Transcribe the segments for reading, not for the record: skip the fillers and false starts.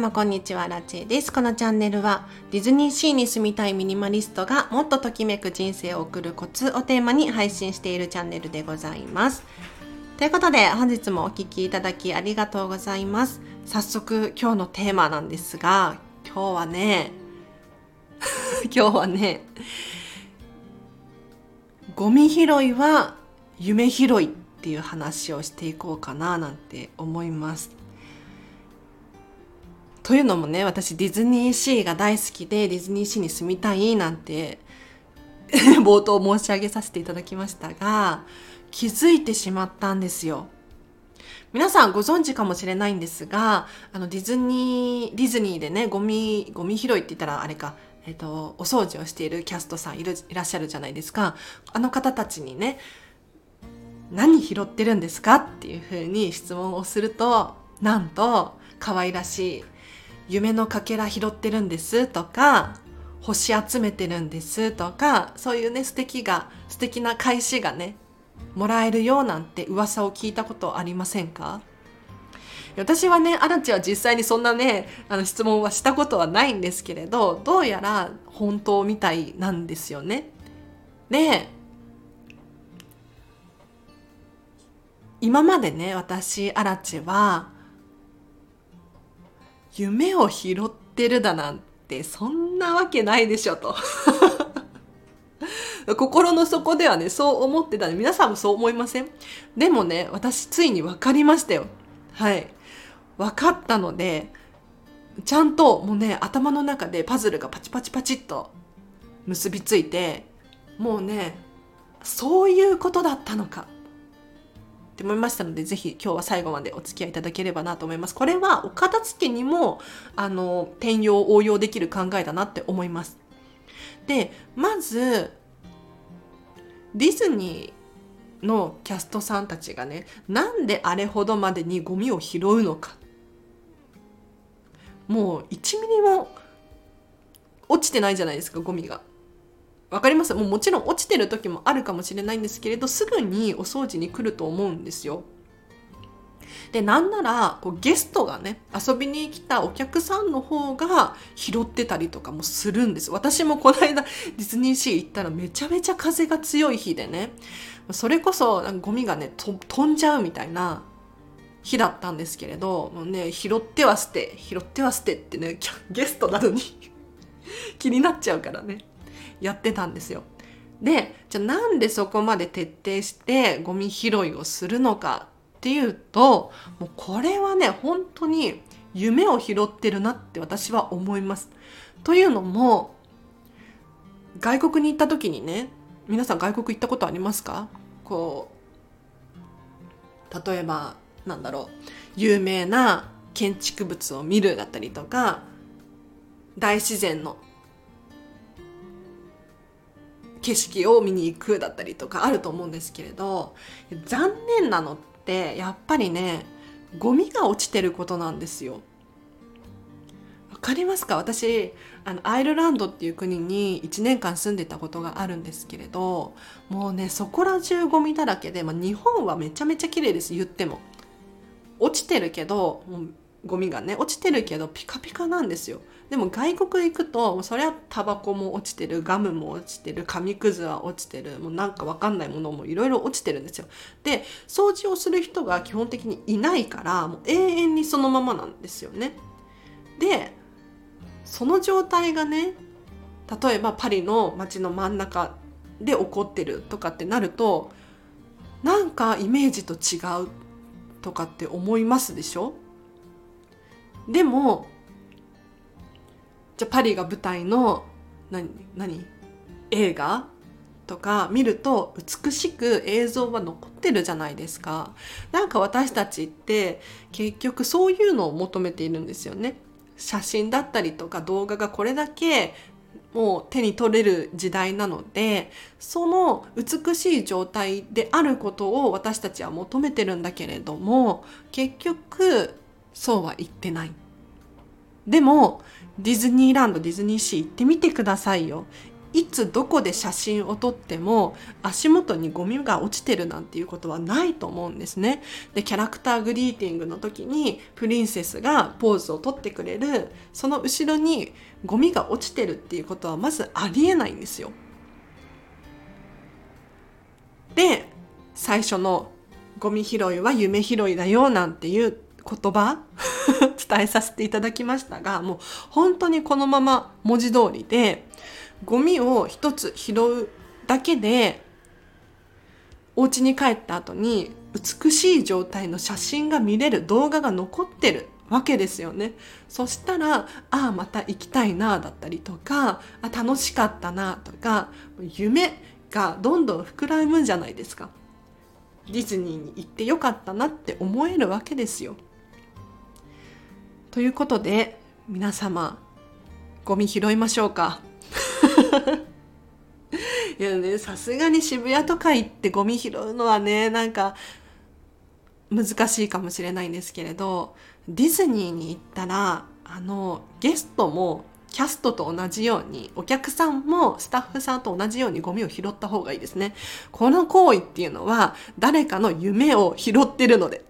様こんにちは、ラチェです。このチャンネルはディズニーシーに住みたいミニマリストがもっとときめく人生を送るコツをテーマに配信しているチャンネルでございます。ということで本日もお聞きいただきありがとうございます。早速今日のテーマなんですが、今日はねゴミ拾いは夢拾いっていう話をしていこうかななんて思います。というのもね、私ディズニーシーが大好きでディズニーシーに住みたいなんて冒頭申し上げさせていただきましたが、気づいてしまったんですよ。皆さんご存知かもしれないんですが、ディズニーでね、ゴミ拾いって言ったらあれか、お掃除をしているキャストさんいらっしゃるじゃないですか。あの方たちにね、何拾ってるんですかっていうふうに質問をすると、なんと可愛らしい夢のかけら拾ってるんですとか、星集めてるんですとか、そういうね素敵な返しがねもらえるよなんて噂を聞いたことありませんか？私はね、アラチは実際にそんなね質問はしたことはないんですけれど、どうやら本当みたいなんですよね。で、今までね、私アラチは夢を拾ってるだなんてそんなわけないでしょと心の底ではねそう思ってたんで、皆さんもそう思いません？でもね、私ついに分かりましたよ。はい、分かったので、ちゃんともうね頭の中でパズルがパチパチパチっと結びついて、もうねそういうことだったのかって思いましたので、ぜひ今日は最後までお付き合いいただければなと思います。これはお片付けにも転用応用できる考えだなって思います。で、まずディズニーのキャストさんたちがね、なんであれほどまでにゴミを拾うのか。もう1ミリも落ちてないじゃないですか、ゴミが。わかります？もちろん落ちてる時もあるかもしれないんですけれど、すぐにお掃除に来ると思うんですよ。で、なんならゲストがね遊びに来たお客さんの方が拾ってたりとかもするんです。私もこの間ディズニーシー行ったらめちゃめちゃ風が強い日でね、それこそゴミがね飛んじゃうみたいな日だったんですけれど、もうね、拾っては捨てってね、ゲストなのに気になっちゃうからねやってたんですよ。で、じゃあなんでそこまで徹底してゴミ拾いをするのかっていうと、もうこれはね本当に夢を拾ってるなって私は思います。というのも、外国に行った時にね、皆さん外国行ったことありますか？例えば有名な建築物を見るだったりとか、大自然の景色を見に行くだったりとかあると思うんですけれど、残念なのってやっぱりね、ゴミが落ちてることなんですよ。わかりますか？私アイルランドっていう国に1年間住んでたことがあるんですけれど、もうねそこら中ゴミだらけで、日本はめちゃめちゃ綺麗です。言っても落ちてるけど、もうゴミがね落ちてるけどピカピカなんですよ。でも外国行くとそりゃタバコも落ちてる、ガムも落ちてる、紙くずは落ちてる、もうなんかわかんないものもいろいろ落ちてるんですよ。で、掃除をする人が基本的にいないから、もう永遠にそのままなんですよね。で、その状態がね、例えばパリの街の真ん中で起こってるとかってなると、なんかイメージと違うとかって思いますでしょ？でもじゃあパリが舞台の映画とか見ると美しく映像は残ってるじゃないですか。なんか私たちって結局そういうのを求めているんですよね。写真だったりとか動画がこれだけもう手に取れる時代なので、その美しい状態であることを私たちは求めてるんだけれども、結局そうは言ってない。でもディズニーランド、ディズニーシー行ってみてくださいよ。 いつどこで写真を撮っても足元にゴミが落ちてるなんていうことはないと思うんですね。で、キャラクターグリーティングの時にプリンセスがポーズを撮ってくれる、その後ろにゴミが落ちてるっていうことはまずありえないんですよ。で、最初のゴミ拾いは夢拾いだよなんていう言葉伝えさせていただきましたが、もう本当にこのまま文字通りで、ゴミを一つ拾うだけでお家に帰った後に美しい状態の写真が見れる、動画が残ってるわけですよね。そしたら、また行きたいなだったりとか、楽しかったなとか、夢がどんどん膨らむんじゃないですか。ディズニーに行ってよかったなって思えるわけですよ。ということで、皆様ゴミ拾いましょうか。いやね、さすがに渋谷とか行ってゴミ拾うのはね、なんか難しいかもしれないんですけれど、ディズニーに行ったらゲストもキャストと同じように、お客さんもスタッフさんと同じようにゴミを拾った方がいいですね。この行為っていうのは誰かの夢を拾ってるので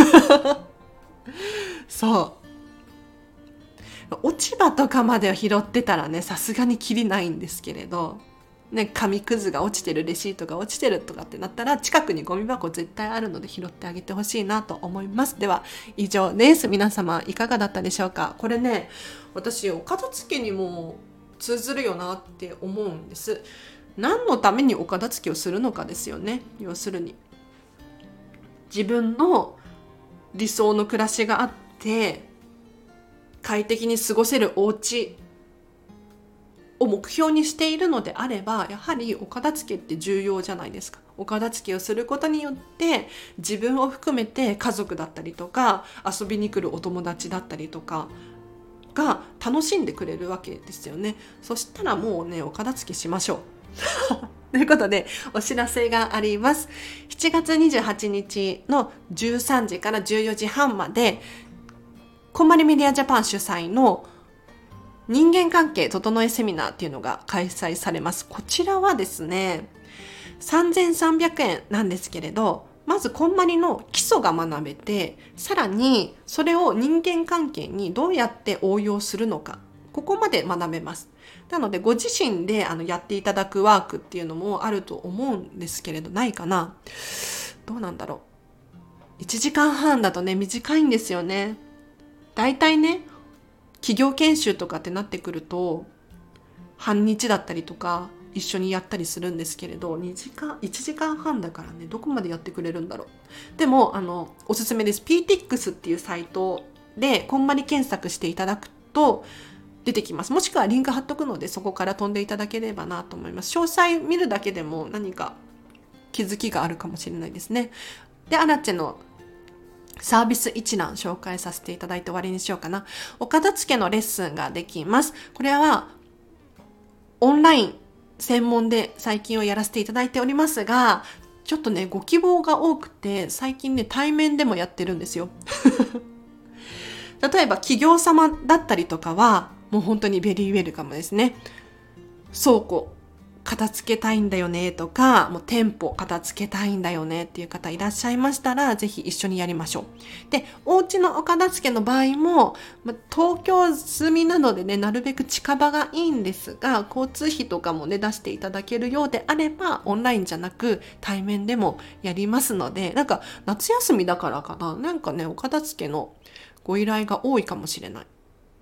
そう落ち葉とかまでを拾ってたらね、さすがにキリないんですけれどね、紙くずが落ちてる、レシートが落ちてるとかってなったら、近くにゴミ箱絶対あるので拾ってあげてほしいなと思います。では以上です。皆様いかがだったでしょうか。これね、私お片付けにも通ずるよなって思うんです。何のためにお片付けをするのかですよね。要するに自分の理想の暮らしがあって快適に過ごせるお家を目標にしているのであれば、やはりお片付けって重要じゃないですか。お片付けをすることによって自分を含めて家族だったりとか遊びに来るお友達だったりとかが楽しんでくれるわけですよね。そしたらもうね、お片付けしましょうということでお知らせがあります。7月28日の13時から14時半までこんまりメディアジャパン主催の人間関係整えセミナーっていうのが開催されます。こちらはですね、3300円なんですけれど、まずこんまりの基礎が学べて、さらにそれを人間関係にどうやって応用するのか、ここまで学べます。なのでご自身でやっていただくワークっていうのもあると思うんですけれど、ないかな。どうなんだろう。1時間半だとね、短いんですよね。だいたいね、企業研修とかってなってくると半日だったりとか一緒にやったりするんですけれど、1時間半だからね、どこまでやってくれるんだろう。でもおすすめです。 PTX っていうサイトでこんまり検索していただくと出てきます。もしくはリンク貼っとくので、そこから飛んでいただければなと思います。詳細見るだけでも何か気づきがあるかもしれないですね。で、アラチェのサービス一覧紹介させていただいて終わりにしようかな。お片付けのレッスンができます。これはオンライン専門で最近はやらせていただいておりますが、ちょっとね、ご希望が多くて最近ね、対面でもやってるんですよ例えば企業様だったりとかはもう本当にベリーウェルカムですね。倉庫片付けたいんだよねとか、もう店舗片付けたいんだよねっていう方いらっしゃいましたら、ぜひ一緒にやりましょう。で、お家のお片付けの場合も、東京住みなのでね、なるべく近場がいいんですが、交通費とかもね、出していただけるようであれば、オンラインじゃなく対面でもやりますので、なんか夏休みだからかな、なんかね、お片付けのご依頼が多いかもしれない。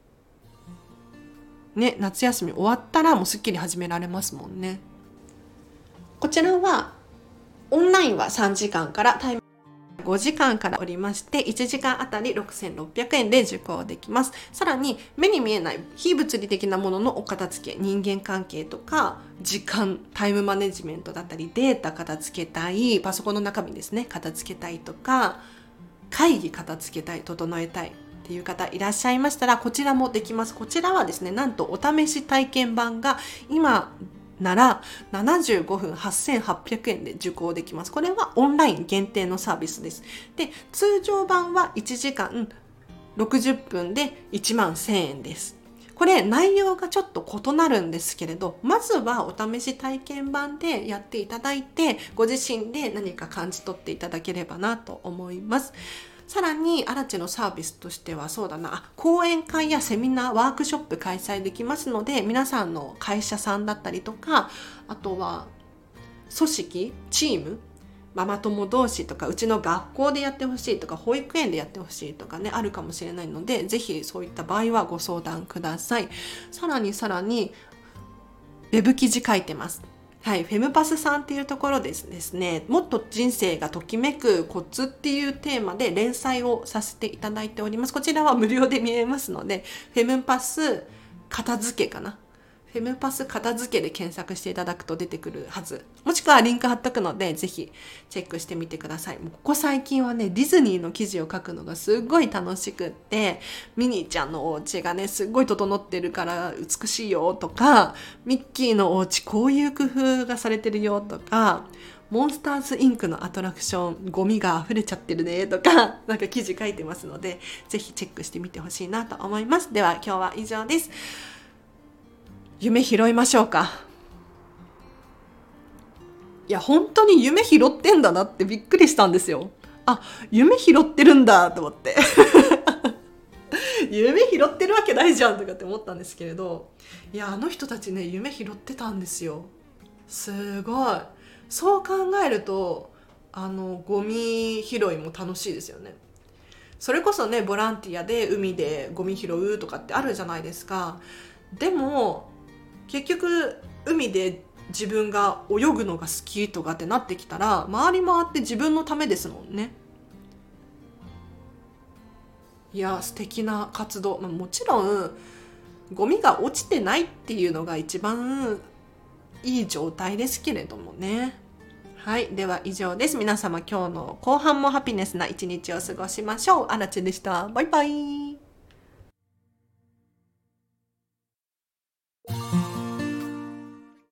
ね、夏休み終わったらもうすっきり始められますもんね。こちらはオンラインは3時間から対面5時間からおりまして、1時間あたり6600円で受講できます。さらに目に見えない非物理的なもののお片付け、人間関係とか時間、タイムマネジメントだったり、データ片付けたい、パソコンの中身ですね、片付けたいとか、会議片付けたい、整えたいっていう方いらっしゃいましたら、こちらもできます。こちらはですね、なんとお試し体験版が今なら75分8800円で受講できます。これはオンライン限定のサービスです。で、通常版は1時間60分で1万1000円です。 これ内容がちょっと異なるんですけれど、まずはお試し体験版でやっていただいて、ご自身で何か感じ取っていただければなと思います。さらにアラチェのサービスとしてはそうだな、講演会やセミナー、ワークショップ開催できますので、皆さんの会社さんだったりとか、あとは組織、チーム、ママ友同士とか、うちの学校でやってほしいとか、保育園でやってほしいとかね、あるかもしれないので、ぜひそういった場合はご相談ください。さらにウェブ記事書いてます。はい、フェムパスさんっていうところですね、もっと人生がときめくコツっていうテーマで連載をさせていただいております。こちらは無料で見えますので、フェムパス片付けかな。フェムパス片付けで検索していただくと出てくるはず。もしくはリンク貼っとくので、ぜひチェックしてみてください。ここ最近はね、ディズニーの記事を書くのがすごい楽しくって、ミニーちゃんのお家がね、すごい整ってるから美しいよとか、ミッキーのお家こういう工夫がされてるよとか、モンスターズインクのアトラクション、ゴミが溢れちゃってるねとか、なんか記事書いてますので、ぜひチェックしてみてほしいなと思います。では今日は以上です。夢拾いましょうか。いや、本当に夢拾ってんだなってびっくりしたんですよ。あ、夢拾ってるんだと思って。夢拾ってるわけないじゃんとかって思ったんですけれど、いや、あの人たちね、夢拾ってたんですよ。すごい。そう考えると、ゴミ拾いも楽しいですよね。それこそね、ボランティアで海でゴミ拾うとかってあるじゃないですか。でも結局海で自分が泳ぐのが好きとかってなってきたら、回り回って自分のためですもんね。いや、素敵な活動。もちろんゴミが落ちてないっていうのが一番いい状態ですけれどもね。はい、では以上です。皆様今日の後半もハピネスな一日を過ごしましょう。あらちでした。バイバイ。